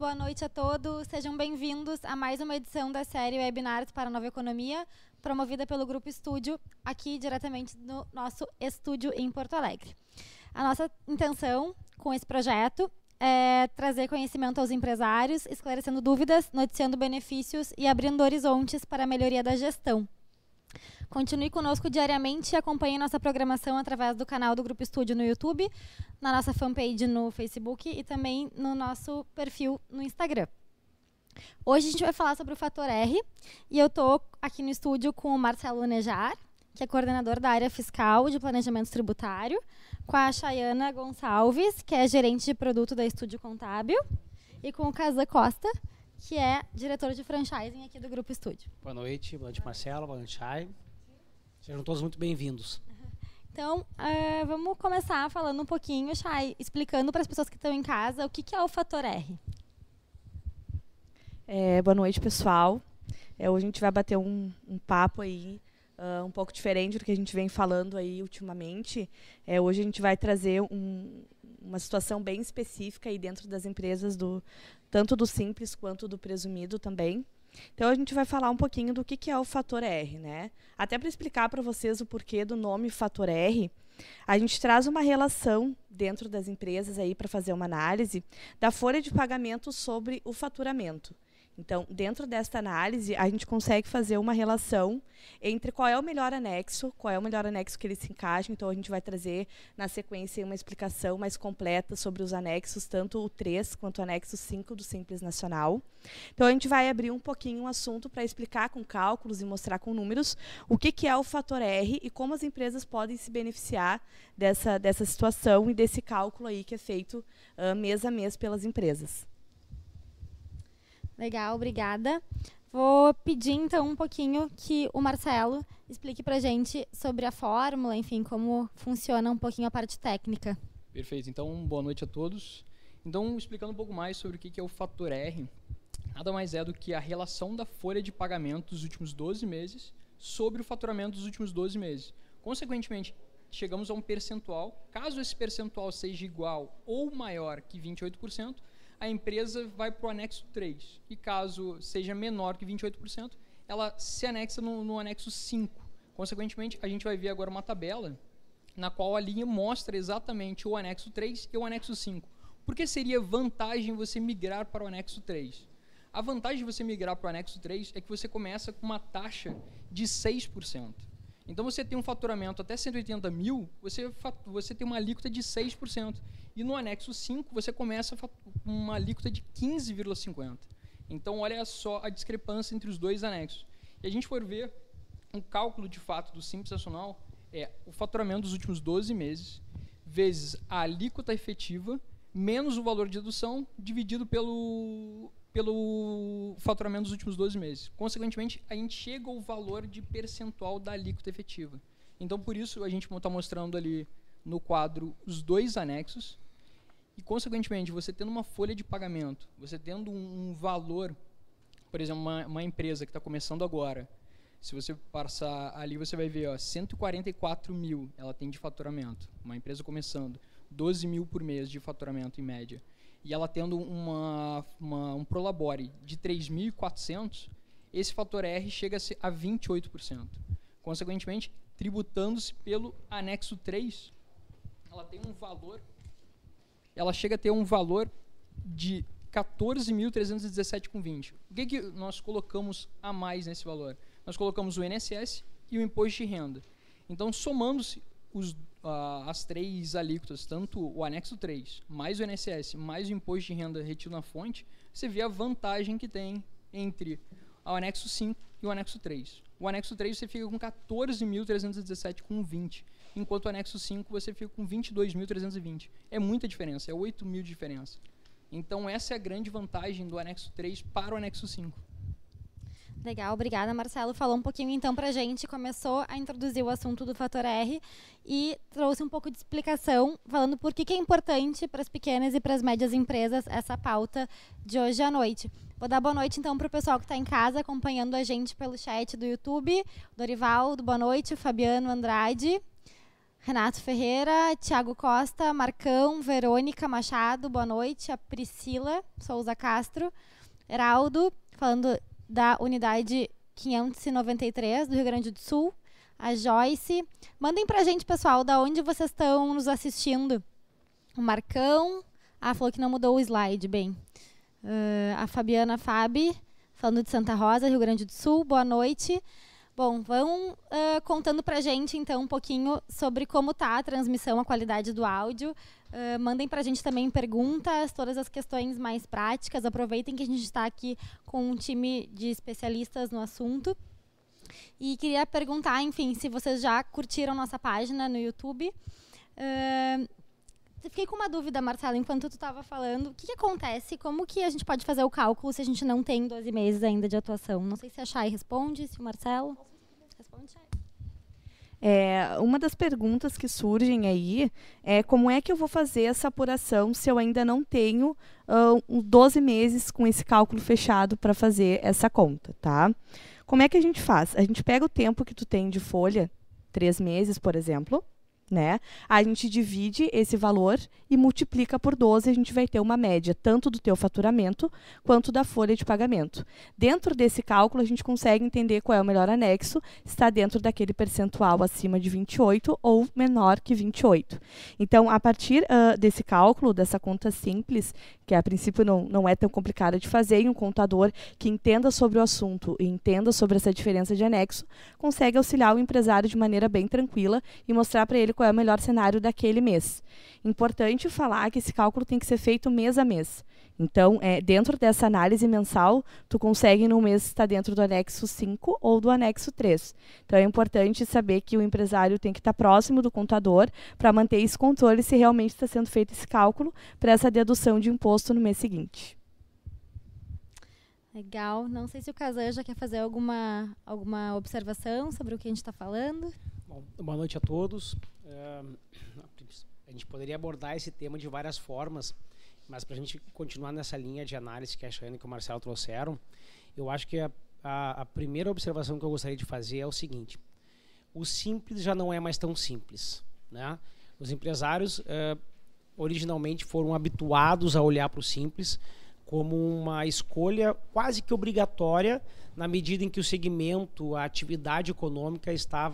boa noite a todos. Sejam bem-vindos a mais uma edição da série Webinars para a Nova Economia, promovida pelo Grupo Estúdio, aqui diretamente no nosso estúdio em Porto Alegre. A nossa intenção com esse projeto é trazer conhecimento aos empresários, esclarecendo dúvidas, noticiando benefícios e abrindo horizontes para a melhoria da gestão. Continue conosco diariamente e acompanhe nossa programação através do canal do Grupo Estúdio no YouTube, na nossa fanpage no Facebook e também no nosso perfil no Instagram. Hoje a gente vai falar sobre o Fator R e eu estou aqui no estúdio com o Marcelo Nejar, que é coordenador da área fiscal de planejamento tributário, com a Chayana Gonçalves, que é gerente de produto da Estúdio Contábil, e com o Kazan Costa, que é diretor de franchising aqui do Grupo Estúdio. Boa noite Marcelo, boa noite Chay. Sejam todos muito bem-vindos. Então, vamos começar falando um pouquinho, Chay, explicando para as pessoas que estão em casa o que é o Fator R. Boa noite, pessoal. Hoje a gente vai bater um papo aí um pouco diferente do que a gente vem falando aí ultimamente. Hoje a gente vai trazer uma situação bem específica aí dentro das empresas, tanto do simples quanto do presumido também. Então a gente vai falar um pouquinho do que é o Fator R, né? Até para explicar para vocês o porquê do nome Fator R, a gente traz uma relação dentro das empresas aí para fazer uma análise da folha de pagamento sobre o faturamento. Então, dentro desta análise, a gente consegue fazer uma relação entre qual é o melhor anexo que ele se encaixa. Então, a gente vai trazer, na sequência, uma explicação mais completa sobre os anexos, tanto o 3 quanto o anexo 5 do Simples Nacional. Então, a gente vai abrir um pouquinho o assunto para explicar com cálculos e mostrar com números o que é o Fator R e como as empresas podem se beneficiar dessa situação e desse cálculo aí que é feito mês a mês pelas empresas. Legal, obrigada. Vou pedir, então, um pouquinho que o Marcelo explique para a gente sobre a fórmula, enfim, como funciona um pouquinho a parte técnica. Perfeito. Então, boa noite a todos. Então, explicando um pouco mais sobre o que é o Fator R, nada mais é do que a relação da folha de pagamento dos últimos 12 meses sobre o faturamento dos últimos 12 meses. Consequentemente, chegamos a um percentual. Caso esse percentual seja igual ou maior que 28%, a empresa vai para o anexo 3. E caso seja menor que 28%, ela se anexa no anexo 5. Consequentemente, a gente vai ver agora uma tabela na qual a linha mostra exatamente o anexo 3 e o anexo 5. Por que seria vantagem você migrar para o anexo 3? A vantagem de você migrar para o anexo 3 é que você começa com uma taxa de 6%. Então, você tem um faturamento até 180 mil, você tem uma alíquota de 6%. E no anexo 5, você começa com uma alíquota de 15,50%. Então, olha só a discrepância entre os dois anexos. E a gente for ver um cálculo de fato do Simples Nacional, o faturamento dos últimos 12 meses, vezes a alíquota efetiva, menos o valor de dedução, dividido pelo faturamento dos últimos 12 meses. Consequentemente, a gente chega ao valor de percentual da alíquota efetiva. Então, por isso, a gente está mostrando ali no quadro os dois anexos. E, consequentemente, você tendo uma folha de pagamento, você tendo um valor, por exemplo, uma empresa que está começando agora, se você passar ali, você vai ver 144 mil ela tem de faturamento. Uma empresa começando, 12 mil por mês de faturamento em média. E ela tendo um Prolabore de 3.400, esse Fator R chega a 28%. Consequentemente, tributando-se pelo anexo 3, ela chega a ter um valor de 14.317,20. O que nós colocamos a mais nesse valor? Nós colocamos o INSS e o Imposto de Renda. Então, somando-se as três alíquotas, tanto o anexo 3, mais o INSS, mais o Imposto de Renda retido na fonte, você vê a vantagem que tem entre o anexo 5 e o anexo 3. O anexo 3 você fica com 14.317,20, enquanto o anexo 5 você fica com 22.320. É muita diferença, é 8 mil de diferença. Então, essa é a grande vantagem do anexo 3 para o anexo 5. Legal, obrigada, Marcelo. Falou um pouquinho, então, para a gente, começou a introduzir o assunto do Fator R e trouxe um pouco de explicação, falando por que é importante para as pequenas e para as médias empresas essa pauta de hoje à noite. Vou dar boa noite, então, para o pessoal que está em casa, acompanhando a gente pelo chat do YouTube. Dorival, boa noite. Fabiano Andrade. Renato Ferreira, Thiago Costa, Marcão, Verônica Machado, boa noite. A Priscila Souza Castro, Heraldo, falando da unidade 593 do Rio Grande do Sul. A Joyce. Mandem pra gente, pessoal, da onde vocês estão nos assistindo. O Marcão. Falou que não mudou o slide, bem. A Fabiana Fabi, falando de Santa Rosa, Rio Grande do Sul. Boa noite. Bom, vão contando pra gente, então, um pouquinho sobre como tá a transmissão, a qualidade do áudio. Mandem pra gente também perguntas, todas as questões mais práticas. Aproveitem que a gente está aqui com um time de especialistas no assunto. E queria perguntar, enfim, se vocês já curtiram nossa página no YouTube. Fiquei com uma dúvida, Marcelo, enquanto tu estava falando. O que acontece? Como que a gente pode fazer o cálculo se a gente não tem 12 meses ainda de atuação? Não sei se a Chay responde, se o Marcelo... Responde, Chay. Uma das perguntas que surgem aí é como é que eu vou fazer essa apuração se eu ainda não tenho 12 meses com esse cálculo fechado para fazer essa conta, tá? Como é que a gente faz? A gente pega o tempo que tu tem de folha, 3 meses, por exemplo, né? A gente divide esse valor e multiplica por 12, a gente vai ter uma média tanto do teu faturamento quanto da folha de pagamento. Dentro desse cálculo, a gente consegue entender qual é o melhor anexo, está dentro daquele percentual acima de 28 ou menor que 28. Então, a partir desse cálculo, dessa conta simples, que a princípio não é tão complicada de fazer, e um contador que entenda sobre o assunto e entenda sobre essa diferença de anexo, consegue auxiliar o empresário de maneira bem tranquila e mostrar para ele qual é o melhor cenário daquele mês. Importante falar que esse cálculo tem que ser feito mês a mês. Então, dentro dessa análise mensal, tu consegue no mês estar dentro do anexo 5 ou do anexo 3. Então, é importante saber que o empresário tem que estar próximo do contador para manter esse controle se realmente está sendo feito esse cálculo para essa dedução de imposto no mês seguinte. Legal. Não sei se o Kazan já quer fazer alguma observação sobre o que a gente está falando. Bom, boa noite a todos. A gente poderia abordar esse tema de várias formas, mas para a gente continuar nessa linha de análise que a Chayane e o Marcelo trouxeram, eu acho que a primeira observação que eu gostaria de fazer é o seguinte: o simples já não é mais tão simples, né? Os empresários originalmente foram habituados a olhar para o simples como uma escolha quase que obrigatória na medida em que o segmento, a atividade econômica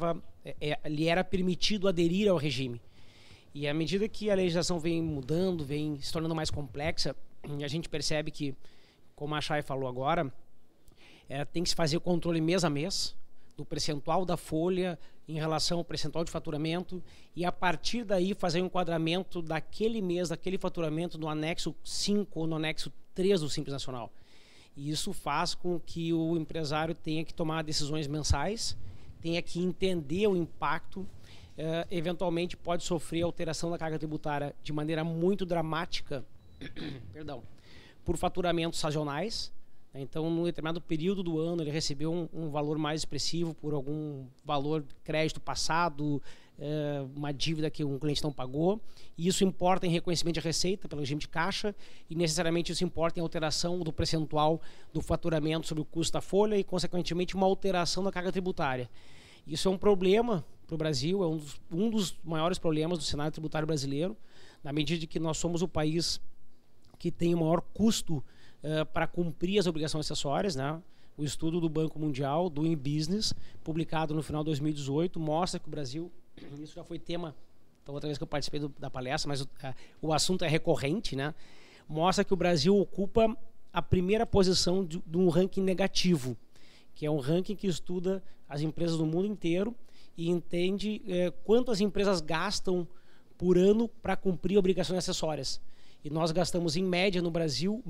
lhe era permitido aderir ao regime. E à medida que a legislação vem mudando, vem se tornando mais complexa, a gente percebe que, como a Chay falou agora, tem que se fazer o controle mês a mês do percentual da folha em relação ao percentual de faturamento e, a partir daí, fazer um enquadramento daquele mês, daquele faturamento no anexo 5 ou no anexo 3 do Simples Nacional. E isso faz com que o empresário tenha que tomar decisões mensais, tenha que entender o impacto, eventualmente pode sofrer alteração da carga tributária de maneira muito dramática perdão, por faturamentos sazonais. Então, num determinado período do ano, ele recebeu um valor mais expressivo por algum valor de crédito passado, uma dívida que um cliente não pagou, e isso importa em reconhecimento de receita pelo regime de caixa, e necessariamente isso importa em alteração do percentual do faturamento sobre o custo da folha e, consequentemente, uma alteração da carga tributária. Isso é um problema para o Brasil, é um dos maiores problemas do cenário tributário brasileiro, na medida que nós somos o país que tem o maior custo para cumprir as obrigações acessórias, né? O estudo do Banco Mundial, do InBusiness, publicado no final de 2018, mostra que o Brasil, isso já foi tema da outra vez que eu participei da palestra, mas o assunto é recorrente, né? Mostra que o Brasil ocupa a primeira posição de um ranking negativo, que é um ranking que estuda as empresas do mundo inteiro e entende quanto as empresas gastam por ano para cumprir obrigações acessórias. E nós gastamos, em média, no Brasil,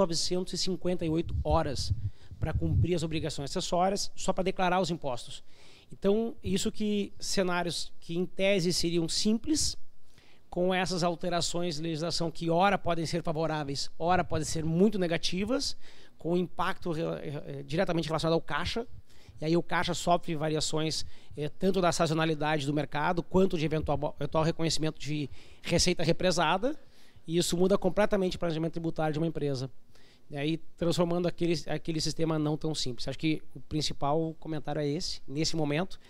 1.958 horas para cumprir as obrigações acessórias, só para declarar os impostos. Então, isso que cenários que, em tese, seriam simples, com essas alterações de legislação que, ora, podem ser favoráveis, ora, podem ser muito negativas, com impacto diretamente relacionado ao caixa. E aí o caixa sofre variações tanto da sazonalidade do mercado, quanto de eventual reconhecimento de receita represada. E isso muda completamente o planejamento tributário de uma empresa. E aí, transformando aquele sistema não tão simples. Acho que o principal comentário é esse, nesse momento,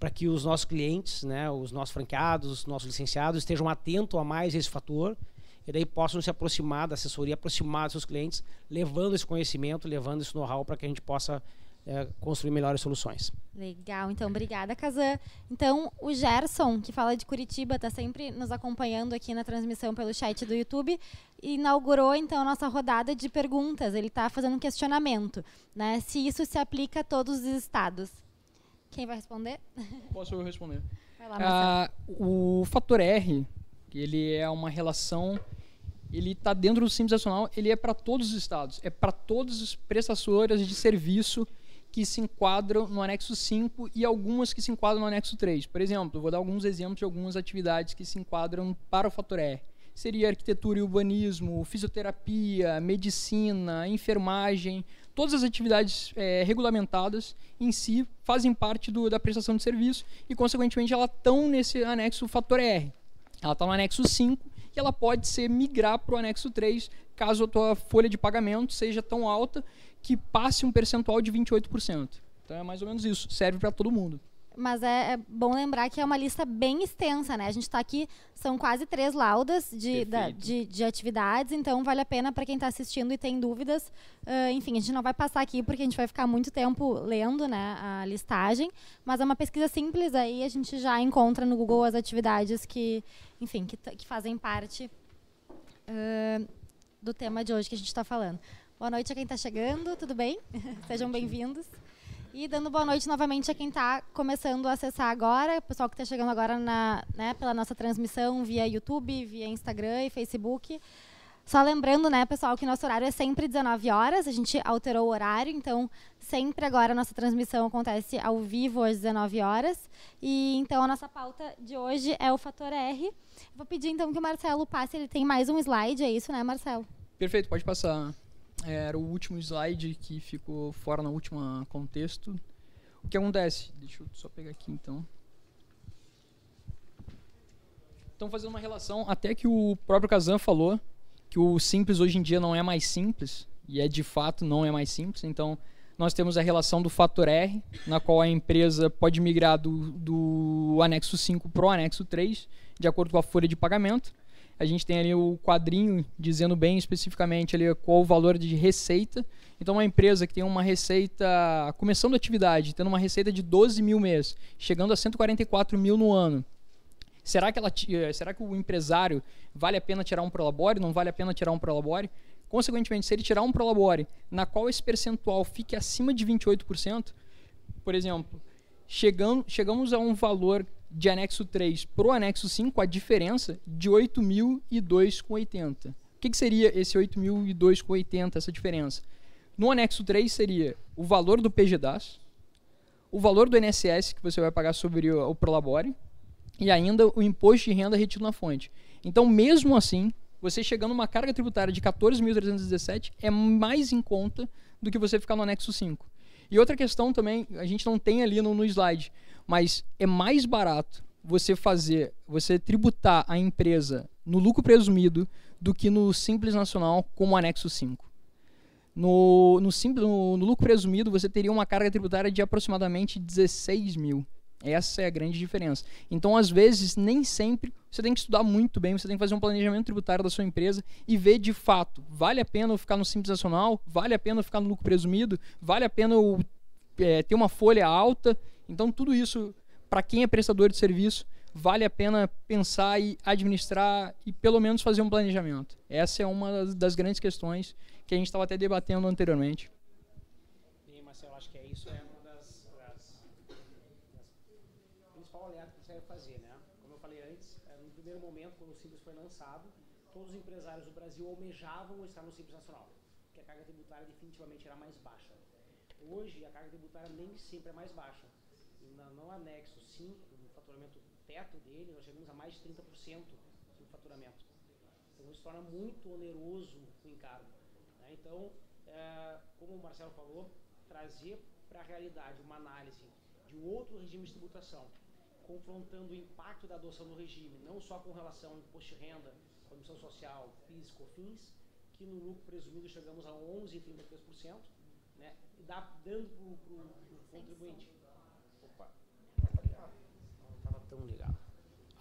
para que os nossos clientes, né, os nossos franqueados, os nossos licenciados estejam atentos a mais esse fator e daí possam se aproximar da assessoria, aproximar dos seus clientes, levando esse conhecimento, levando esse know-how para que a gente possa construir melhores soluções. Legal, então obrigada, Kazan. Então o Gerson, que fala de Curitiba, está sempre nos acompanhando aqui na transmissão pelo chat do YouTube, inaugurou então a nossa rodada de perguntas. Ele está fazendo um questionamento, né, se isso se aplica a todos os estados. Quem vai responder? Posso eu responder? Vai lá, Marcelo. O fator R, ele é uma relação, ele está dentro do Simples Nacional, ele é para todos os estados, é para todas as prestadoras de serviço que se enquadram no anexo 5 e algumas que se enquadram no anexo 3. Por exemplo, eu vou dar alguns exemplos de algumas atividades que se enquadram para o fator R. Seria arquitetura e urbanismo, fisioterapia, medicina, enfermagem. Todas as atividades regulamentadas em si fazem parte da prestação de serviço e, consequentemente, elas estão nesse anexo fator R. Ela está no anexo 5 e ela pode migrar para o anexo 3 caso a tua folha de pagamento seja tão alta que passe um percentual de 28%. Então é mais ou menos isso, serve para todo mundo. Mas é bom lembrar que é uma lista bem extensa, né? A gente está aqui, são quase 3 laudas de atividades, então vale a pena para quem está assistindo e tem dúvidas. Enfim, a gente não vai passar aqui porque a gente vai ficar muito tempo lendo, né, a listagem, mas é uma pesquisa simples, aí a gente já encontra no Google as atividades que, enfim, que fazem parte do tema de hoje que a gente está falando. Boa noite a quem está chegando, tudo bem? Sejam bem-vindos. E dando boa noite novamente a quem está começando a acessar agora, o pessoal que está chegando agora pela nossa transmissão via YouTube, via Instagram e Facebook. Só lembrando, né, pessoal, que nosso horário é sempre 19 horas, a gente alterou o horário, então sempre agora a nossa transmissão acontece ao vivo às 19 horas. E então a nossa pauta de hoje é o fator R. Vou pedir então que o Marcelo passe, ele tem mais um slide, é isso, né, Marcelo? Perfeito, pode passar. Era o último slide que ficou fora no último contexto. O que acontece? Deixa eu só pegar aqui, então. Então, fazendo uma relação, até que o próprio Kazan falou que o simples hoje em dia não é mais simples, e de fato não é mais simples. Então, nós temos a relação do fator R, na qual a empresa pode migrar do anexo 5 para o anexo 3, de acordo com a folha de pagamento. A gente tem ali o quadrinho dizendo bem especificamente ali qual o valor de receita. Então, uma empresa que tem uma receita, começando a atividade, tendo uma receita de 12 mil mês, chegando a 144 mil no ano. Será que o empresário vale a pena tirar um Prolabore? Não vale a pena tirar um Prolabore? Consequentemente, se ele tirar um Prolabore na qual esse percentual fique acima de 28%, por exemplo, chegamos a um valor de anexo 3 para o anexo 5, a diferença de 8.002,80. O que seria esse 8.002,80, essa diferença? No anexo 3 seria o valor do PGDAS, o valor do INSS que você vai pagar sobre o Prolabore e ainda o imposto de renda retido na fonte. Então, mesmo assim, você chegando a uma carga tributária de 14.317 é mais em conta do que você ficar no anexo 5. E outra questão também, a gente não tem ali no slide, mas é mais barato você tributar a empresa no lucro presumido do que no Simples Nacional como anexo 5. No lucro presumido, você teria uma carga tributária de aproximadamente 16 mil. Essa é a grande diferença. Então, às vezes, nem sempre, você tem que estudar muito bem, você tem que fazer um planejamento tributário da sua empresa e ver de fato, vale a pena eu ficar no Simples Nacional? Vale a pena eu ficar no lucro presumido? Vale a pena eu ter uma folha alta? Então, tudo isso, para quem é prestador de serviço, vale a pena pensar e administrar e pelo menos fazer um planejamento. Essa é uma das grandes questões que a gente estava até debatendo anteriormente. E, Marcelo, acho que isso é uma das principais olhadas que você deve fazer, né? Como eu falei antes, no primeiro momento, quando o Simples foi lançado, todos os empresários do Brasil almejavam estar no Simples Nacional, porque a carga tributária definitivamente era mais baixa. Hoje, a carga tributária nem sempre é mais baixa. No anexo 5, no faturamento teto dele, nós chegamos a mais de 30% do faturamento. Então, isso torna muito oneroso o encargo. Né? Então, como o Marcelo falou, trazer para a realidade uma análise de um outro regime de tributação, confrontando o impacto da adoção do regime, não só com relação ao imposto de renda, contribuição social, PIS, COFINS, que no lucro presumido chegamos a 11,33%, né? E dando para o contribuinte. Opa.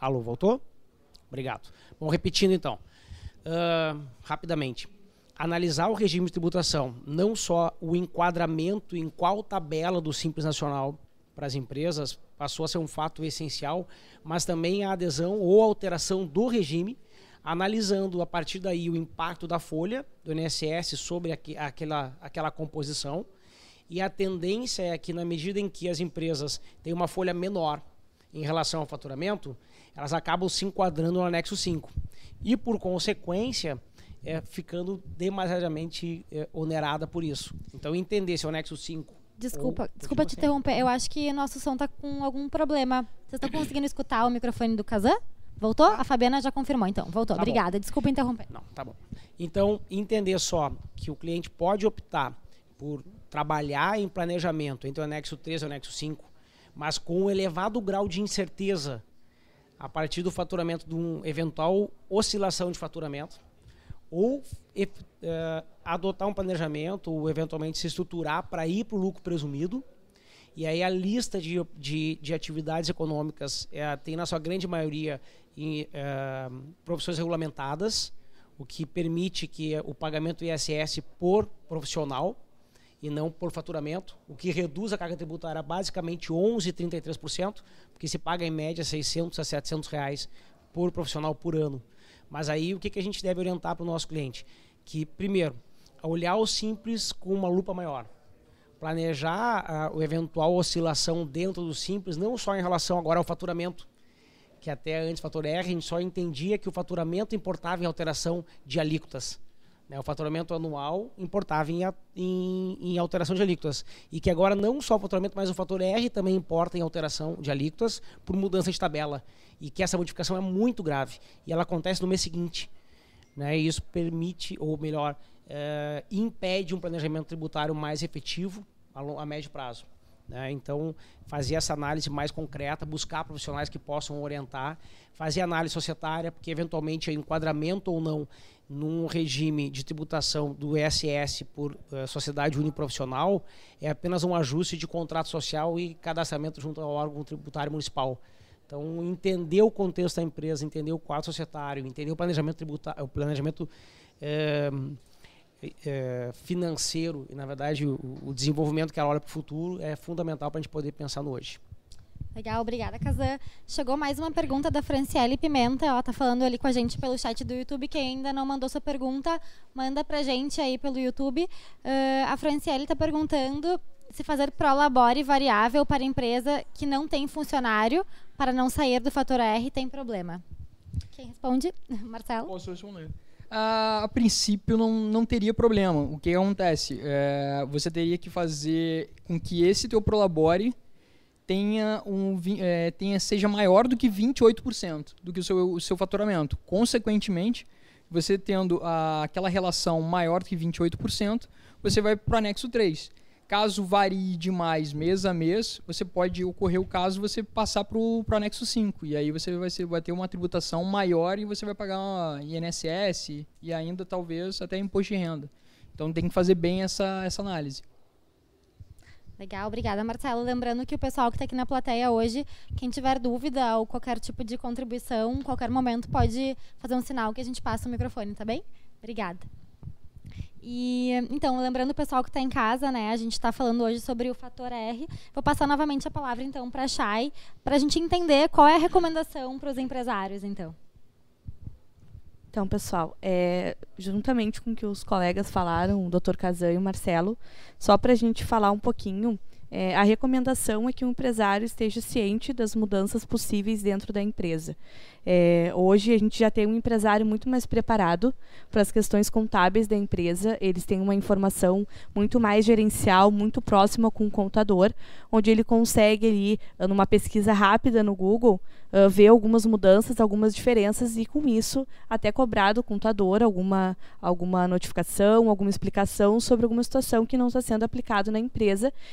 Alô, voltou? Obrigado. Bom, repetindo então, rapidamente. Analisar o regime de tributação, não só o enquadramento em qual tabela do Simples Nacional para as empresas passou a ser um fato essencial, mas também a adesão ou alteração do regime, analisando a partir daí o impacto da folha do INSS sobre aquela composição. E a tendência é que, na medida em que as empresas têm uma folha menor em relação ao faturamento, elas acabam se enquadrando no anexo 5. E, por consequência, ficando demasiadamente onerada por isso. Então, entender se o anexo 5... Desculpa te interromper. Eu acho que nosso som está com algum problema. Vocês estão conseguindo escutar o microfone do Kazan? Voltou? A Fabiana já confirmou, então. Voltou. Tá. Obrigada. Bom. Desculpa interromper. Não, tá bom. Então, entender só que o cliente pode optar por trabalhar em planejamento entre o anexo 3 e o anexo 5, mas com um elevado grau de incerteza a partir do faturamento de uma eventual oscilação de faturamento, ou adotar um planejamento, ou eventualmente se estruturar para ir para o lucro presumido. E aí a lista de atividades econômicas tem, na sua grande maioria, profissões regulamentadas, o que permite que o pagamento ISS por profissional e não por faturamento, o que reduz a carga tributária basicamente 11,33%, porque se paga em média R$600 a R$700 por profissional por ano. Mas aí o que a gente deve orientar para o nosso cliente? Que, primeiro, olhar o Simples com uma lupa maior. Planejar a eventual oscilação dentro do Simples, não só em relação agora ao faturamento, que até antes do fator R, a gente só entendia que o faturamento importava em alteração de alíquotas. O faturamento anual importava em alteração de alíquotas. E que agora não só o faturamento, mas o fator R também importa em alteração de alíquotas por mudança de tabela. E que essa modificação é muito grave. E ela acontece no mês seguinte. E isso permite, ou melhor, impede um planejamento tributário mais efetivo a médio prazo. Então, fazer essa análise mais concreta, buscar profissionais que possam orientar, fazer análise societária, porque eventualmente o enquadramento ou não num regime de tributação do ISS por sociedade uniprofissional é apenas um ajuste de contrato social e cadastramento junto ao órgão tributário municipal. Então, entender o contexto da empresa, entender o quadro societário, entender o planejamento tributário, o planejamento financeiro e, na verdade, o desenvolvimento que ela olha para o futuro é fundamental para a gente poder pensar no hoje. Legal, obrigada, Kazan. Chegou mais uma pergunta da Franciele Pimenta. Ela está falando ali com a gente pelo chat do YouTube. Quem ainda não mandou sua pergunta, manda para a gente aí pelo YouTube. A Franciele está perguntando se fazer prolabore variável para empresa que não tem funcionário para não sair do fator R tem problema. Quem responde? Marcelo? Posso responder. A princípio não teria problema. O que acontece? Você teria que fazer com que esse teu prolabore seja maior do que 28% do que o seu faturamento. Consequentemente, você tendo aquela relação maior do que 28%, você vai para o anexo 3. Caso varie demais mês a mês, você pode ocorrer o caso você passar para o anexo 5. E aí você vai ter uma tributação maior e você vai pagar INSS e ainda talvez até imposto de renda. Então tem que fazer bem essa análise. Legal, obrigada, Marcelo. Lembrando que o pessoal que está aqui na plateia hoje, quem tiver dúvida ou qualquer tipo de contribuição, qualquer momento pode fazer um sinal que a gente passa o microfone, tá bem? Obrigada. E, então, lembrando o pessoal que está em casa, a gente está falando hoje sobre o fator R. Vou passar novamente a palavra, então, para a Chay, para a gente entender qual é a recomendação para os empresários, então. Então, pessoal, juntamente com o que os colegas falaram, o Dr. Kazan e o Marcelo, só para a gente falar um pouquinho, a recomendação é que o empresário esteja ciente das mudanças possíveis dentro da empresa. Hoje a gente já tem um empresário muito mais preparado para as questões contábeis da empresa. Eles têm uma informação muito mais gerencial, muito próxima com o contador, onde ele consegue ali, numa pesquisa rápida no Google, ver algumas mudanças, algumas diferenças e com isso até cobrar do contador alguma notificação, alguma explicação sobre alguma situação que não está sendo aplicado na empresa e poderia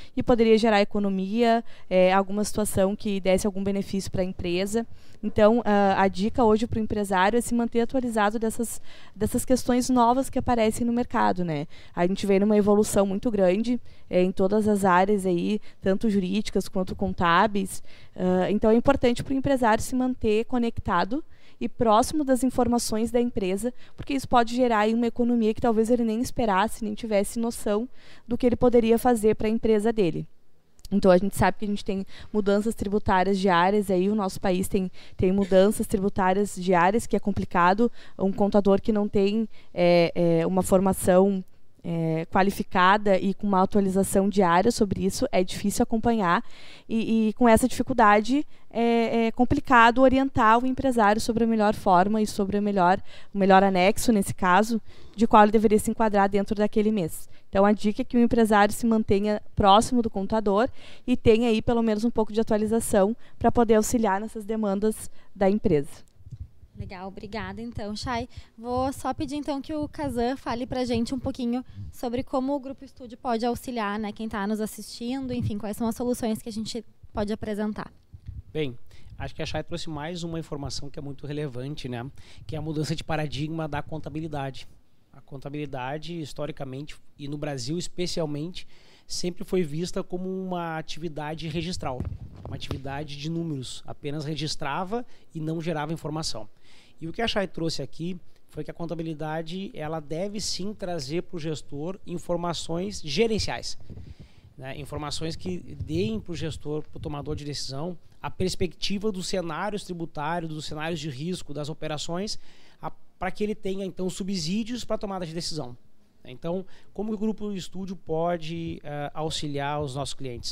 poderia gerar economia, alguma situação que desse algum benefício para a empresa. Então, a dica hoje para o empresário é se manter atualizado dessas questões novas que aparecem no mercado, né? A gente vê numa evolução muito grande em todas as áreas aí, tanto jurídicas quanto contábeis. Então, é importante para o empresário se manter conectado e próximo das informações da empresa, porque isso pode gerar aí uma economia que talvez ele nem esperasse, nem tivesse noção do que ele poderia fazer para a empresa dele. Então, a gente sabe que a gente tem mudanças tributárias diárias, aí o nosso país tem mudanças tributárias diárias, que é complicado. Um contador que não tem uma formação qualificada e com uma atualização diária sobre isso, é difícil acompanhar. E com essa dificuldade, é complicado orientar o empresário sobre a melhor forma e sobre o melhor anexo, nesse caso, de qual ele deveria se enquadrar dentro daquele mês. Então, a dica é que o empresário se mantenha próximo do contador e tenha aí pelo menos um pouco de atualização para poder auxiliar nessas demandas da empresa. Legal, obrigada então, Chay. Vou só pedir então que o Kazan fale para a gente um pouquinho sobre como o Grupo Estúdio pode auxiliar, né, quem está nos assistindo, enfim, quais são as soluções que a gente pode apresentar. Bem, acho que a Chay trouxe mais uma informação que é muito relevante, né, que é a mudança de paradigma da contabilidade. A contabilidade, historicamente, e no Brasil especialmente, sempre foi vista como uma atividade registral, uma atividade de números, apenas registrava e não gerava informação. E o que a Chay trouxe aqui foi que a contabilidade ela deve sim trazer para o gestor informações gerenciais, né? Informações que deem para o gestor, para o tomador de decisão, a perspectiva dos cenários tributários, dos cenários de risco, das operações, para que ele tenha então subsídios para a tomada de decisão. Então, como o Grupo Estúdio pode auxiliar os nossos clientes?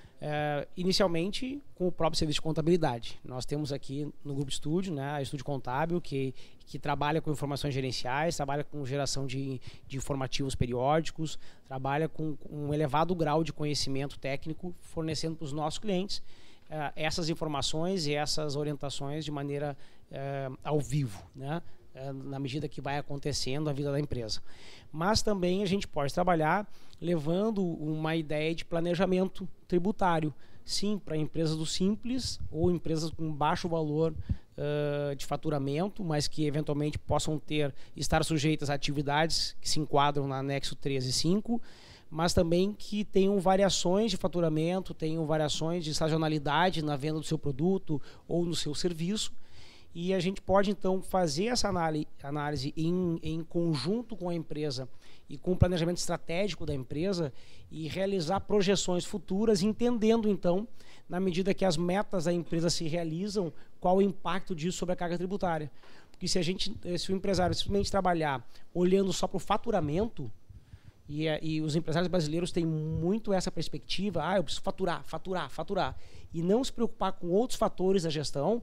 Inicialmente, com o próprio serviço de contabilidade. Nós temos aqui no Grupo Estúdio, né, a Estúdio Contábil, que trabalha com informações gerenciais, trabalha com geração de informativos periódicos, trabalha com um elevado grau de conhecimento técnico, fornecendo para os nossos clientes essas informações e essas orientações de maneira ao vivo, né? Na medida que vai acontecendo a vida da empresa. Mas também a gente pode trabalhar levando uma ideia de planejamento tributário, sim, para empresas do simples ou empresas com baixo valor de faturamento, mas que eventualmente possam estar sujeitas a atividades que se enquadram na anexo 3 e 5, mas também que tenham variações de faturamento, tenham variações de sazonalidade na venda do seu produto ou no seu serviço. E a gente pode, então, fazer essa análise em conjunto com a empresa e com o planejamento estratégico da empresa e realizar projeções futuras, entendendo, então, na medida que as metas da empresa se realizam, qual o impacto disso sobre a carga tributária. Porque se o empresário simplesmente trabalhar olhando só para o faturamento, e os empresários brasileiros têm muito essa perspectiva, eu preciso faturar, e não se preocupar com outros fatores da gestão,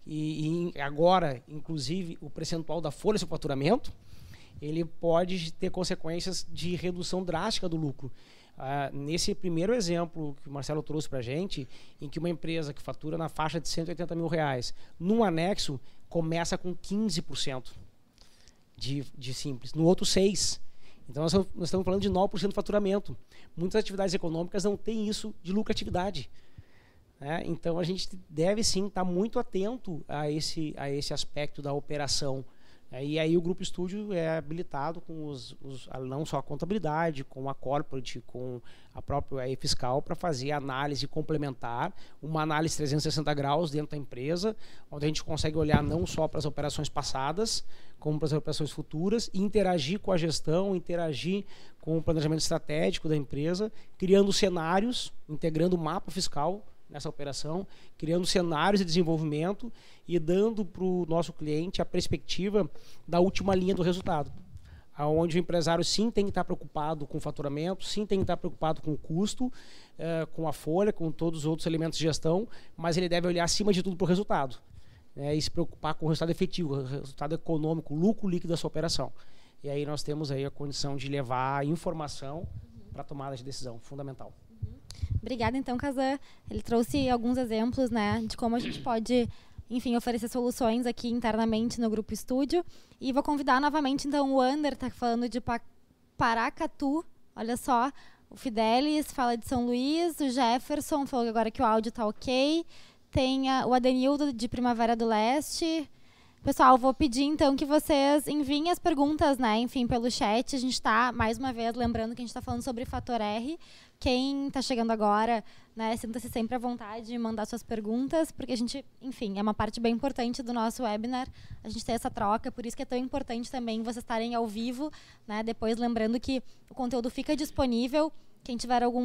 e agora, inclusive, o percentual da folha sobre faturamento, ele pode ter consequências de redução drástica do lucro. Nesse primeiro exemplo que o Marcelo trouxe para a gente, em que uma empresa que fatura na faixa de R$180 mil, num anexo, começa com 15% de simples, no outro 6%. Então, nós estamos falando de 9% de faturamento. Muitas atividades econômicas não têm isso de lucratividade. Então, a gente deve sim estar muito atento a esse aspecto da operação. E aí o Grupo Estúdio é habilitado com não só a contabilidade, com a corporate, com a própria fiscal, para fazer análise complementar, uma análise 360 graus dentro da empresa, onde a gente consegue olhar não só para as operações passadas, como para as operações futuras, e interagir com a gestão, interagir com o planejamento estratégico da empresa, criando cenários, integrando o mapa fiscal nessa operação, criando cenários de desenvolvimento e dando para o nosso cliente a perspectiva da última linha do resultado, onde o empresário sim tem que estar preocupado com o faturamento, sim tem que estar preocupado com o custo, com a folha, com todos os outros elementos de gestão, mas ele deve olhar acima de tudo para o resultado, e se preocupar com o resultado efetivo, o resultado econômico, o lucro líquido da sua operação. E aí nós temos aí a condição de levar a informação para a tomada de decisão, fundamental. Obrigada, então, Kazan. Ele trouxe alguns exemplos, né, de como a gente pode, enfim, oferecer soluções aqui internamente no Grupo Estúdio. E vou convidar novamente, então, o Ander, está falando de Paracatu. Olha só, O Fidelis fala de São Luís, o Jefferson falou agora que o áudio tá ok. Tem o Adenildo de Primavera do Leste. Pessoal, vou pedir então que vocês enviem as perguntas, né? Enfim, pelo chat. A gente está, mais uma vez, lembrando que a gente está falando sobre Fator R. Quem está chegando agora, né, sinta-se sempre à vontade de mandar suas perguntas, porque a gente, enfim, é uma parte bem importante do nosso webinar, a gente ter essa troca, por isso que é tão importante também vocês estarem ao vivo, né? Depois lembrando que o conteúdo fica disponível. Quem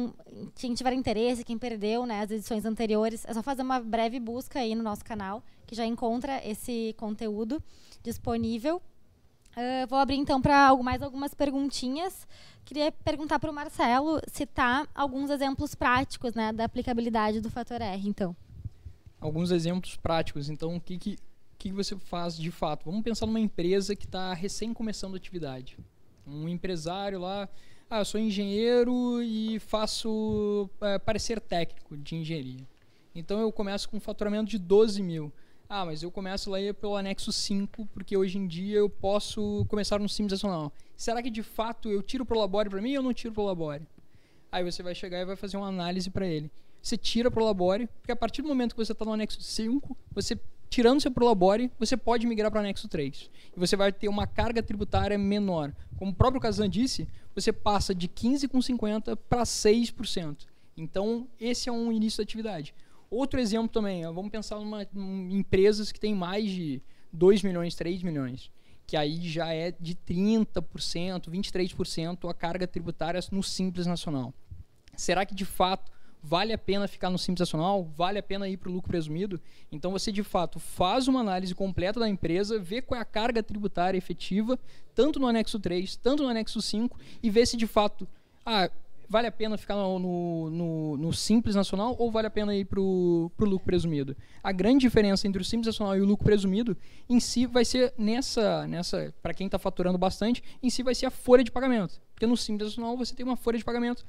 tiver interesse, quem perdeu, né, as edições anteriores, é só fazer uma breve busca aí no nosso canal, que já encontra esse conteúdo disponível. Vou abrir então para mais algumas perguntinhas. Queria perguntar para o Marcelo citar alguns exemplos práticos, né, da aplicabilidade do Fator R, então. Alguns exemplos práticos. Então, o que você faz de fato? Vamos pensar numa empresa que está recém começando a atividade. Um empresário lá... eu sou engenheiro e faço parecer técnico de engenharia. Então eu começo com um faturamento de 12 mil. Mas eu começo lá pelo anexo 5, porque hoje em dia eu posso começar no Simples Nacional. Será que de fato eu tiro o Prolabore para mim ou não tiro o Prolabore? Aí você vai chegar e vai fazer uma análise para ele. Você tira o Prolabore, porque a partir do momento que você está no anexo 5, você tirando seu Prolabore, você pode migrar para o anexo 3. E você vai ter uma carga tributária menor. Como o próprio Kazan disse, você passa de 15,50% para 6%. Então, esse é um início da atividade. Outro exemplo também, vamos pensar em empresas que têm mais de 2 milhões, 3 milhões, que aí já é de 30%, 23% a carga tributária no Simples Nacional. Será que, de fato, vale a pena ficar no Simples Nacional? Vale a pena ir para o lucro presumido? Então, você, de fato, faz uma análise completa da empresa, vê qual é a carga tributária efetiva, tanto no anexo 3, tanto no anexo 5, e vê se, de fato, vale a pena ficar no Simples Nacional ou vale a pena ir para o lucro presumido. A grande diferença entre o Simples Nacional e o lucro presumido, em si, vai ser para quem está faturando bastante, em si vai ser a folha de pagamento. Porque no Simples Nacional você tem uma folha de pagamento,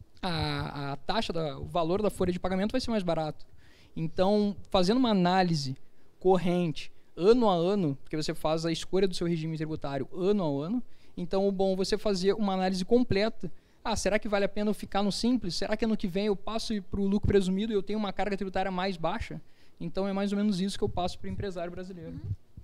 a taxa, o valor da folha de pagamento vai ser mais barato. Então, fazendo uma análise corrente, ano a ano, porque você faz a escolha do seu regime tributário ano a ano, então, você fazer uma análise completa. Será que vale a pena eu ficar no Simples? Será que ano que vem eu passo para o lucro presumido e eu tenho uma carga tributária mais baixa? Então, é mais ou menos isso que eu passo para o empresário brasileiro.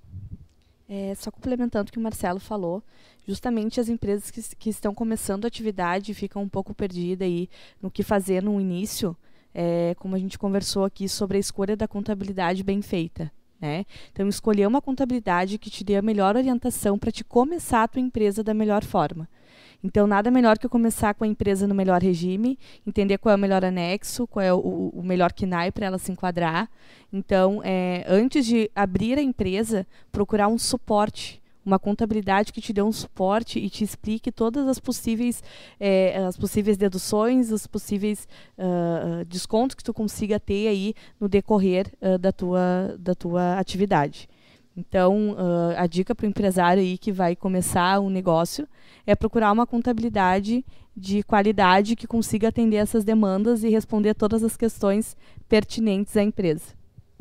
Só complementando o que o Marcelo falou, justamente as empresas que estão começando a atividade ficam um pouco perdidas aí no que fazer no início, como a gente conversou aqui sobre a escolha da contabilidade bem feita. Né? Então, escolher uma contabilidade que te dê a melhor orientação para te começar a tua empresa da melhor forma. Então, nada melhor que eu começar com a empresa no melhor regime, entender qual é o melhor anexo, qual é o melhor KNAI para ela se enquadrar. Então, antes de abrir a empresa, procurar um suporte, uma contabilidade que te dê um suporte e te explique todas as possíveis deduções, os possíveis descontos que tu consiga ter aí no decorrer da tua atividade. Então, a dica para o empresário aí que vai começar um negócio é procurar uma contabilidade de qualidade que consiga atender essas demandas e responder todas as questões pertinentes à empresa.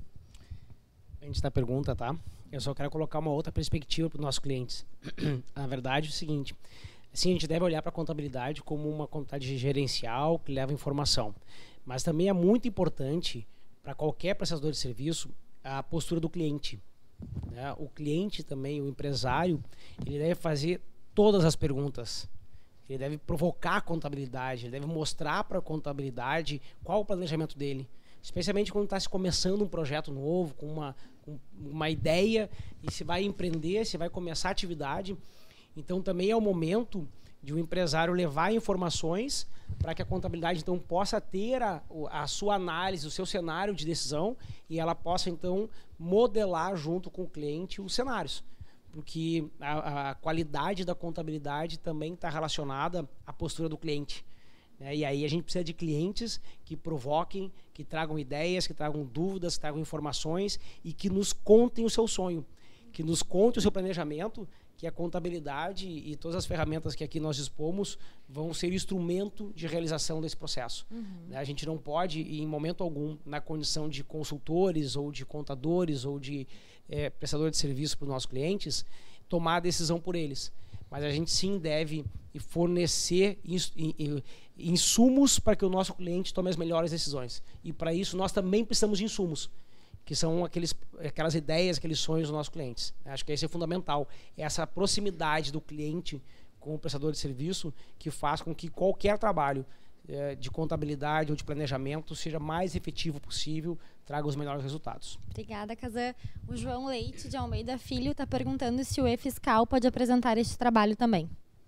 Antes da pergunta, tá? Eu só quero colocar uma outra perspectiva para os nossos clientes. Na verdade, é o seguinte, assim, a gente deve olhar para a contabilidade como uma contabilidade gerencial que leva informação. Mas também é muito importante para qualquer prestador de serviço a postura do cliente. Né? O cliente também, o empresário, ele deve fazer todas as perguntas. Ele deve provocar a contabilidade, ele deve mostrar para a contabilidade qual o planejamento dele. Especialmente quando está se começando um projeto novo, com uma ideia, e se vai empreender, se vai começar a atividade. Então também é o momento de um empresário levar informações para que a contabilidade então possa ter a sua análise, o seu cenário de decisão, e ela possa então modelar junto com o cliente os cenários. Porque a qualidade da contabilidade também está relacionada à postura do cliente. E aí a gente precisa de clientes que provoquem, que tragam ideias, que tragam dúvidas, que tragam informações e que nos contem o seu sonho, que nos conte o seu planejamento, que a contabilidade e todas as ferramentas que aqui nós dispomos vão ser instrumento de realização desse processo. A gente não pode, em momento algum, na condição de consultores ou de contadores ou de prestador de serviço para os nossos clientes, tomar a decisão por eles. mas a gente sim deve fornecer insumos para que o nosso cliente tome as melhores decisões. E para isso nós também precisamos de insumos, que são aquelas ideias, aqueles sonhos dos nossos clientes. Acho que esse é fundamental. Essa proximidade do cliente com o prestador de serviço que faz com que qualquer trabalho de contabilidade ou de planejamento seja mais efetivo possível, traga os melhores resultados. Obrigada, Kazan. O João Leite de Almeida Filho está perguntando se o e-fiscal pode apresentar este trabalho também.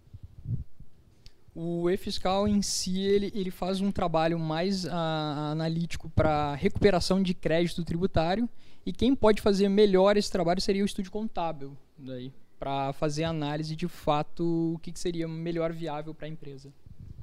O e-fiscal em si, ele faz um trabalho mais analítico para recuperação de crédito tributário, e quem pode fazer melhor esse trabalho seria o estúdio contábil, para fazer análise de fato o que seria melhor viável para a empresa.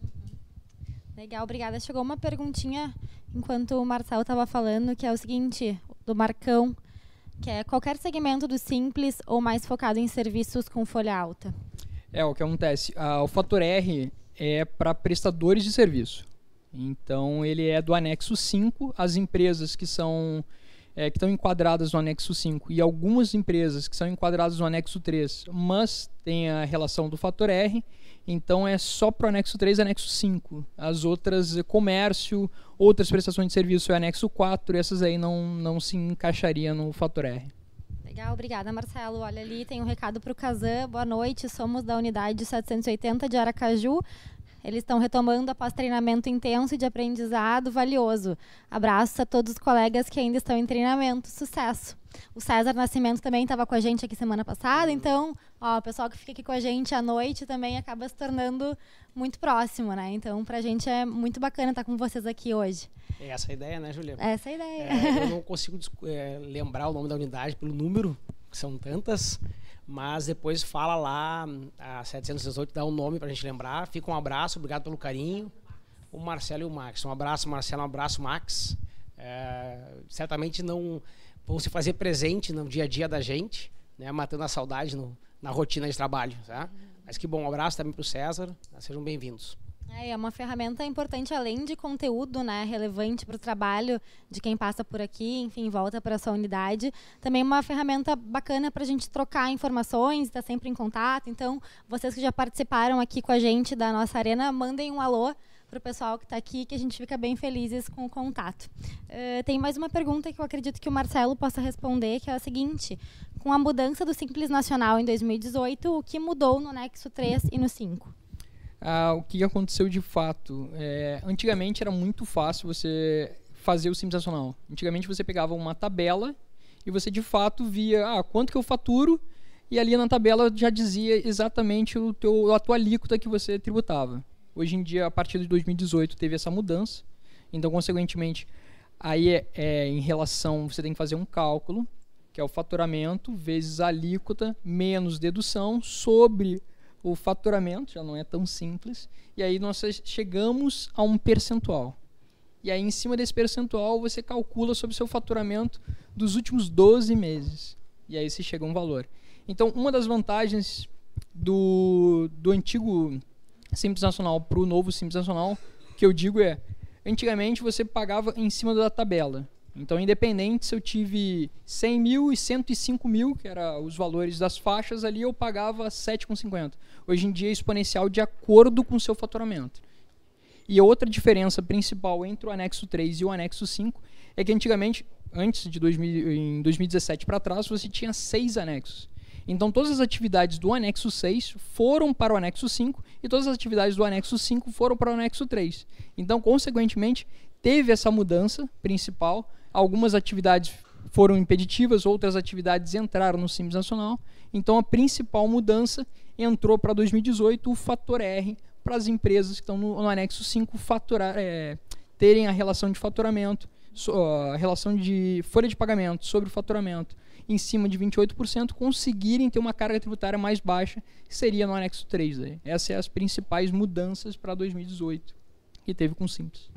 Legal, obrigada. Chegou uma perguntinha enquanto o Marcelo estava falando, que é o seguinte, do Marcão, que é qualquer segmento do Simples ou mais focado em serviços com folha alta? O que acontece, o Fator R é para prestadores de serviço. Então, ele é do anexo 5, as empresas que estão enquadradas no anexo 5 e algumas empresas que são enquadradas no anexo 3, mas tem a relação do Fator R, então é só para o anexo 3 e anexo 5. As outras, comércio, outras prestações de serviço é anexo 4, e essas aí não se encaixariam no Fator R. Legal, obrigada, Marcelo. Olha, ali tem um recado para o Kazan. Boa noite, somos da unidade 780 de Aracaju. Eles estão retomando após treinamento intenso e de aprendizado valioso. Abraços a todos os colegas que ainda estão em treinamento. Sucesso! O César Nascimento também estava com a gente aqui semana passada, então o pessoal que fica aqui com a gente à noite também acaba se tornando muito próximo, né? Então, pra gente é muito bacana estar com vocês aqui hoje. É essa a ideia, né, Julia? Essa é a ideia. Eu não consigo lembrar o nome da unidade pelo número, que são tantas, mas depois fala lá, a 718, dá um nome pra gente lembrar. Fica um abraço, obrigado pelo carinho. O Marcelo e o Max. Um abraço, Marcelo, um abraço, Max. Certamente não vão se fazer presente no dia a dia da gente, né, matando a saudade na rotina de trabalho. Tá? Mas que bom, um abraço também para o César, sejam bem-vindos. É uma ferramenta importante, além de conteúdo, né, relevante para o trabalho de quem passa por aqui, enfim, volta para a sua unidade. Também uma ferramenta bacana para a gente trocar informações, estar sempre em contato. Então, vocês que já participaram aqui com a gente da nossa arena, mandem um alô para o pessoal que está aqui, que a gente fica bem felizes com o contato. Tem mais uma pergunta que eu acredito que o Marcelo possa responder, que é a seguinte: com a mudança do Simples Nacional em 2018, o que mudou no anexo 3 e no 5? O que aconteceu de fato? Antigamente era muito fácil você fazer o Simples Nacional. Antigamente você pegava uma tabela e você de fato via quanto que eu faturo, e ali na tabela já dizia exatamente a tua alíquota que você tributava. Hoje em dia, a partir de 2018, teve essa mudança. Então, consequentemente, aí em relação, você tem que fazer um cálculo, que é o faturamento vezes a alíquota menos dedução sobre o faturamento, já não é tão simples. E aí nós chegamos a um percentual. E aí, em cima desse percentual, você calcula sobre o seu faturamento dos últimos 12 meses. E aí você chega a um valor. Então, uma das vantagens do antigo Simples Nacional para o novo Simples Nacional, que eu digo antigamente você pagava em cima da tabela. Então, independente se eu tive 100 mil e 105 mil, que eram os valores das faixas ali, eu pagava 7,50. Hoje em dia é exponencial de acordo com o seu faturamento. E a outra diferença principal entre o anexo 3 e o anexo 5 é que antigamente, em 2017 para trás, você tinha 6 anexos. Então, todas as atividades do anexo 6 foram para o anexo 5 e todas as atividades do anexo 5 foram para o anexo 3. Então, consequentemente, teve essa mudança principal. Algumas atividades foram impeditivas, outras atividades entraram no Simples Nacional. Então, a principal mudança entrou para 2018, o Fator R, para as empresas que estão no anexo 5 terem a relação de faturamento, a relação de folha de pagamento sobre o faturamento em cima de 28%, conseguirem ter uma carga tributária mais baixa, que seria no anexo 3. Essas são as principais mudanças para 2018 que teve com o Simples.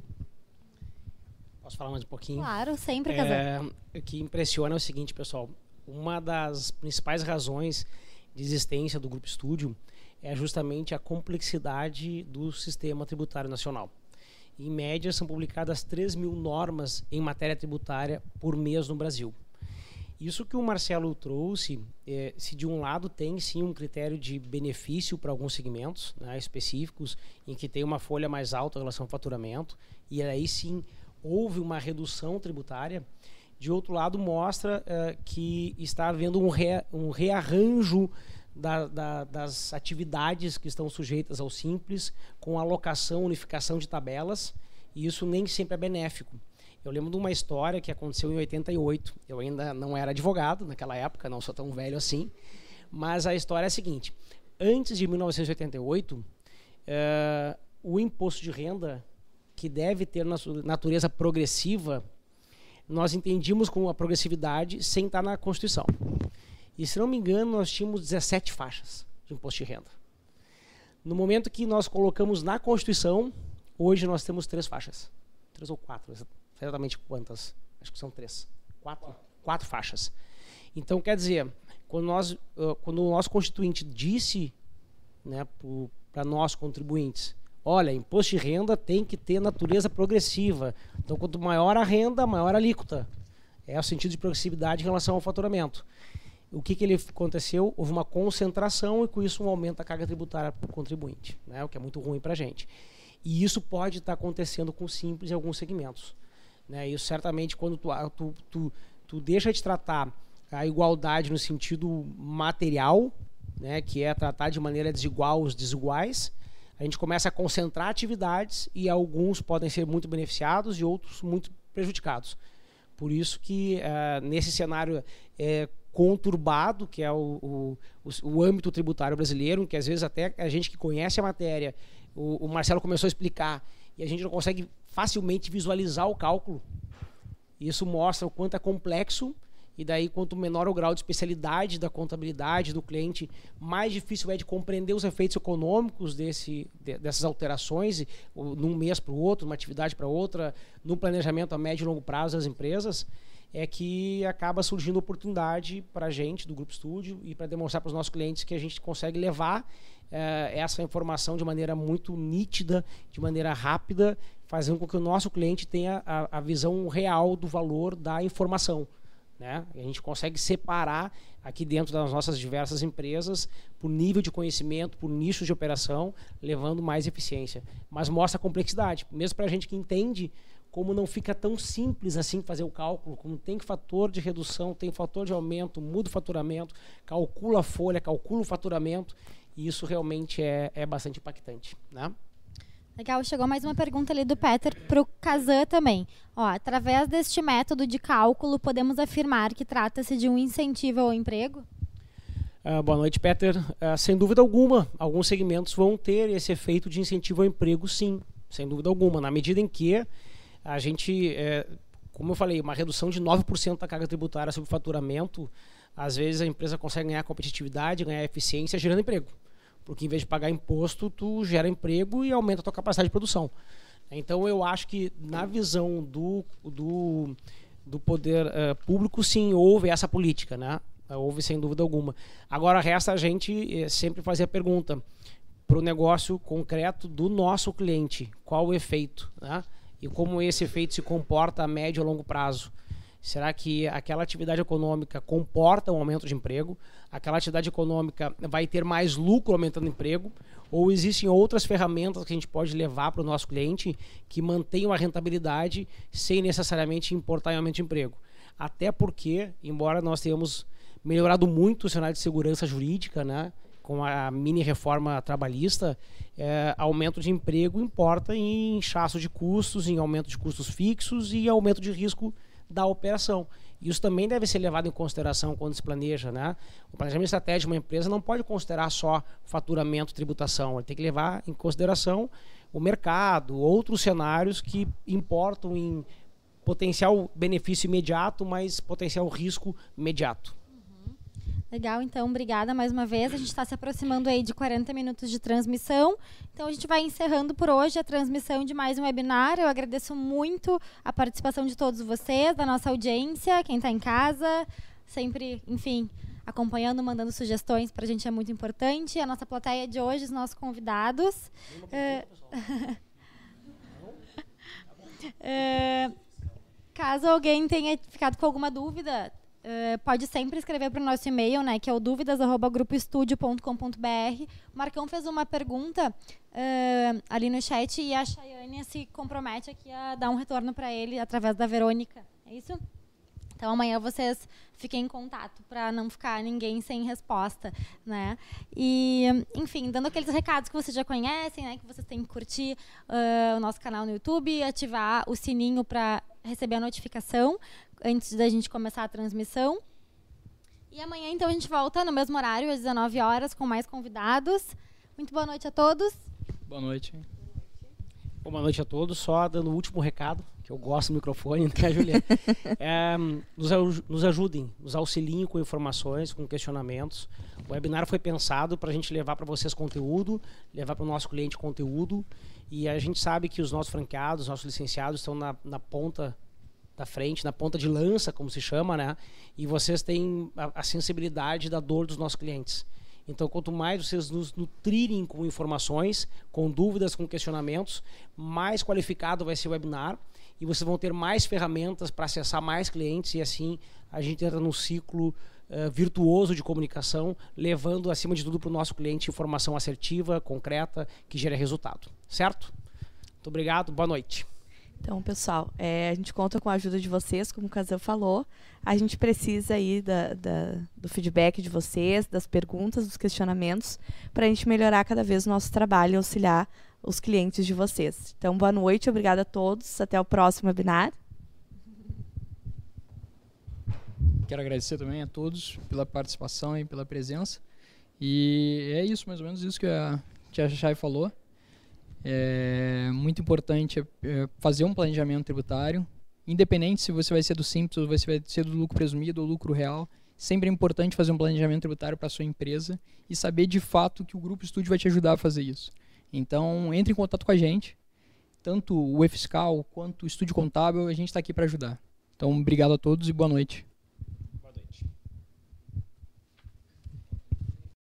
Posso falar mais um pouquinho? Claro, sempre, Kazan. O que impressiona é o seguinte, pessoal. Uma das principais razões de existência do Grupo Estúdio é justamente a complexidade do sistema tributário nacional. Em média, são publicadas 3.000 normas em matéria tributária por mês no Brasil. Isso que o Marcelo trouxe, se de um lado tem sim um critério de benefício para alguns segmentos, né, específicos, em que tem uma folha mais alta em relação ao faturamento, e aí sim houve uma redução tributária, de outro lado mostra que está havendo um rearranjo das atividades que estão sujeitas ao Simples, com alocação, unificação de tabelas, e isso nem sempre é benéfico. Eu lembro de uma história que aconteceu em 88. Eu ainda não era advogado naquela época, não sou tão velho assim. Mas a história é a seguinte. Antes de 1988, o imposto de renda, que deve ter natureza progressiva, nós entendíamos com a progressividade sem estar na Constituição. E, se não me engano, nós tínhamos 17 faixas de imposto de renda. No momento que nós colocamos na Constituição, hoje nós temos 3 faixas. 3 ou 4, exatamente quantas? Acho que são 3. 4 faixas. Então, quer dizer, quando o nosso constituinte disse, né, para nós contribuintes, olha, imposto de renda tem que ter natureza progressiva. Então, quanto maior a renda, maior a alíquota. É o sentido de progressividade em relação ao faturamento. O que aconteceu? Houve uma concentração e, com isso, um aumento da carga tributária para o contribuinte, né, o que é muito ruim para a gente. E isso pode estar acontecendo com o Simples em alguns segmentos. Né? Isso certamente, quando tu deixa de tratar a igualdade no sentido material, né, que é tratar de maneira desigual os desiguais, a gente começa a concentrar atividades e alguns podem ser muito beneficiados e outros muito prejudicados. Por isso que nesse cenário conturbado, que é o âmbito tributário brasileiro, que às vezes até a gente que conhece a matéria, o Marcelo começou a explicar, e a gente não consegue facilmente visualizar o cálculo. Isso mostra o quanto é complexo, e daí quanto menor o grau de especialidade da contabilidade do cliente, mais difícil é de compreender os efeitos econômicos dessas alterações, num mês para o outro, uma atividade para outra, no planejamento a médio e longo prazo das empresas, é que acaba surgindo oportunidade para a gente, do Grupo Estúdio, e para demonstrar para os nossos clientes que a gente consegue levar essa informação de maneira muito nítida, de maneira rápida, fazendo com que o nosso cliente tenha a visão real do valor da informação. Né? A gente consegue separar aqui dentro das nossas diversas empresas por nível de conhecimento, por nichos de operação, levando mais eficiência. Mas mostra a complexidade, mesmo para a gente que entende como não fica tão simples assim fazer o cálculo, como tem fator de redução, tem fator de aumento, muda o faturamento, calcula a folha, calcula o faturamento, e isso realmente é bastante impactante. Né? Legal, chegou mais uma pergunta ali do Peter para o Kazan também. Ó, através deste método de cálculo, podemos afirmar que trata-se de um incentivo ao emprego? Boa noite, Peter. Sem dúvida alguma, alguns segmentos vão ter esse efeito de incentivo ao emprego, sim, sem dúvida alguma, na medida em que a gente, como eu falei, uma redução de 9% da carga tributária sobre o faturamento, às vezes a empresa consegue ganhar competitividade, ganhar eficiência gerando emprego. Porque em vez de pagar imposto, tu gera emprego e aumenta a tua capacidade de produção. Então eu acho que na visão do poder público, sim, houve essa política, né? Houve sem dúvida alguma. Agora resta a gente sempre fazer a pergunta para o negócio concreto do nosso cliente, qual o efeito, né? E como esse efeito se comporta a médio e longo prazo. Será que aquela atividade econômica comporta um aumento de emprego? Aquela atividade econômica vai ter mais lucro aumentando o emprego? Ou existem outras ferramentas que a gente pode levar para o nosso cliente que mantenham a rentabilidade sem necessariamente importar em aumento de emprego? Até porque, embora nós tenhamos melhorado muito o cenário de segurança jurídica, né, com a mini reforma trabalhista, aumento de emprego importa em inchaço de custos, em aumento de custos fixos e aumento de risco da operação. Isso também deve ser levado em consideração quando se planeja, né? O planejamento estratégico de uma empresa não pode considerar só faturamento, tributação. Ele tem que levar em consideração o mercado, outros cenários que importam em potencial benefício imediato, mas potencial risco imediato. Legal, então, obrigada mais uma vez. A gente está se aproximando aí de 40 minutos de transmissão. Então, a gente vai encerrando por hoje a transmissão de mais um webinar. Eu agradeço muito a participação de todos vocês, da nossa audiência, quem está em casa, sempre, enfim, acompanhando, mandando sugestões, para a gente é muito importante. A nossa plateia de hoje, os nossos convidados. Caso alguém tenha ficado com alguma dúvida, pode sempre escrever para o nosso e-mail, né, que é o duvidas@grupoestudio.com.br. O Marcão fez uma pergunta ali no chat e a Chayane se compromete aqui a dar um retorno para ele através da Verônica. É isso? Então, amanhã vocês fiquem em contato para não ficar ninguém sem resposta, né? E, enfim, dando aqueles recados que vocês já conhecem, né? Que vocês têm que curtir o nosso canal no YouTube, ativar o sininho para receber a notificação antes da gente começar a transmissão. E amanhã, então, a gente volta no mesmo horário, às 19 horas, com mais convidados. Muito boa noite a todos. Boa noite. Boa noite a todos. Só dando o último recado, que eu gosto do microfone, né, Juliana? Nos ajudem, nos auxiliem com informações, com questionamentos. O webinar foi pensado para a gente levar para vocês conteúdo, levar para o nosso cliente conteúdo. E a gente sabe que os nossos franqueados, os nossos licenciados estão na ponta da frente, na ponta de lança, como se chama, né? E vocês têm a sensibilidade da dor dos nossos clientes. Então, quanto mais vocês nos nutrirem com informações, com dúvidas, com questionamentos, mais qualificado vai ser o webinar e vocês vão ter mais ferramentas para acessar mais clientes e assim a gente entra num ciclo virtuoso de comunicação, levando, acima de tudo, para o nosso cliente informação assertiva, concreta, que gere resultado. Certo? Muito obrigado, boa noite. Então, pessoal, a gente conta com a ajuda de vocês, como o Casão falou. A gente precisa aí do feedback de vocês, das perguntas, dos questionamentos, para a gente melhorar cada vez o nosso trabalho e auxiliar os clientes de vocês. Então, boa noite, obrigada a todos. Até o próximo webinar. Quero agradecer também a todos pela participação e pela presença. E é isso, mais ou menos isso que a Chay falou. É muito importante fazer um planejamento tributário, independente se você vai ser do simples ou você vai ser do lucro presumido ou lucro real. Sempre é importante fazer um planejamento tributário para a sua empresa e saber de fato que o Grupo Estúdio vai te ajudar a fazer isso. Então, entre em contato com a gente, tanto o e-fiscal quanto o Estúdio Contábil, a gente está aqui para ajudar. Então, obrigado a todos e boa noite.